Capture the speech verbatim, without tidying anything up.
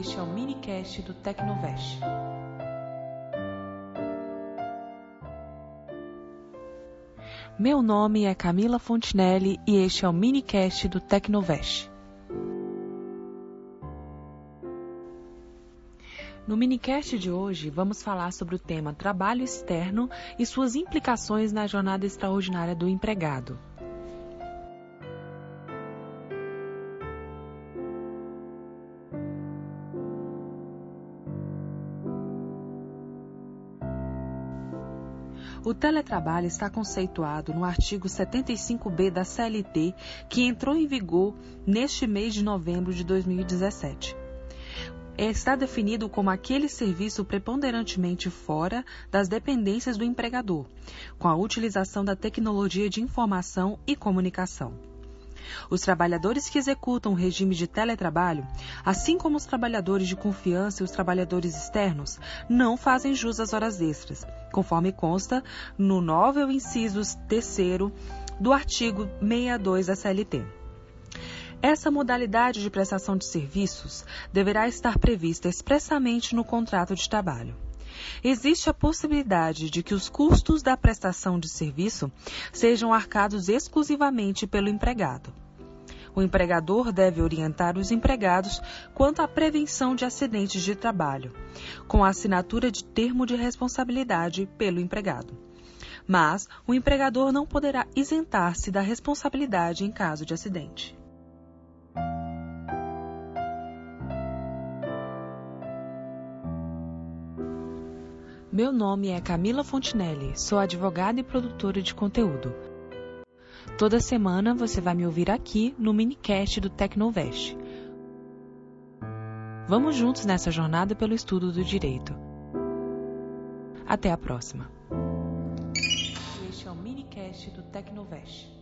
este é o minicast do Tecnovest. Meu nome é Camila Fontinelli e este é o minicast do Tecnovest. No minicast de hoje, vamos falar sobre o tema trabalho externo e suas implicações na jornada extraordinária do empregado. O teletrabalho está conceituado no artigo setenta e cinco B da C L T, que entrou em vigor neste mês de novembro de dois mil e dezessete. Está definido como aquele serviço preponderantemente fora das dependências do empregador, com a utilização da tecnologia de informação e comunicação. Os trabalhadores que executam o regime de teletrabalho, assim como os trabalhadores de confiança e os trabalhadores externos, não fazem jus às horas extras, conforme consta no novel inciso terceiro do artigo sessenta e dois da C L T. Essa modalidade de prestação de serviços deverá estar prevista expressamente no contrato de trabalho. Existe a possibilidade de que os custos da prestação de serviço sejam arcados exclusivamente pelo empregado. O empregador deve orientar os empregados quanto à prevenção de acidentes de trabalho, com a assinatura de termo de responsabilidade pelo empregado. Mas o empregador não poderá isentar-se da responsabilidade em caso de acidente. Meu nome é Camila Fontinelli, sou advogada e produtora de conteúdo. Toda semana você vai me ouvir aqui no minicast do Tecnovest. Vamos juntos nessa jornada pelo estudo do direito. Até a próxima. Este é o minicast do Tecnovest.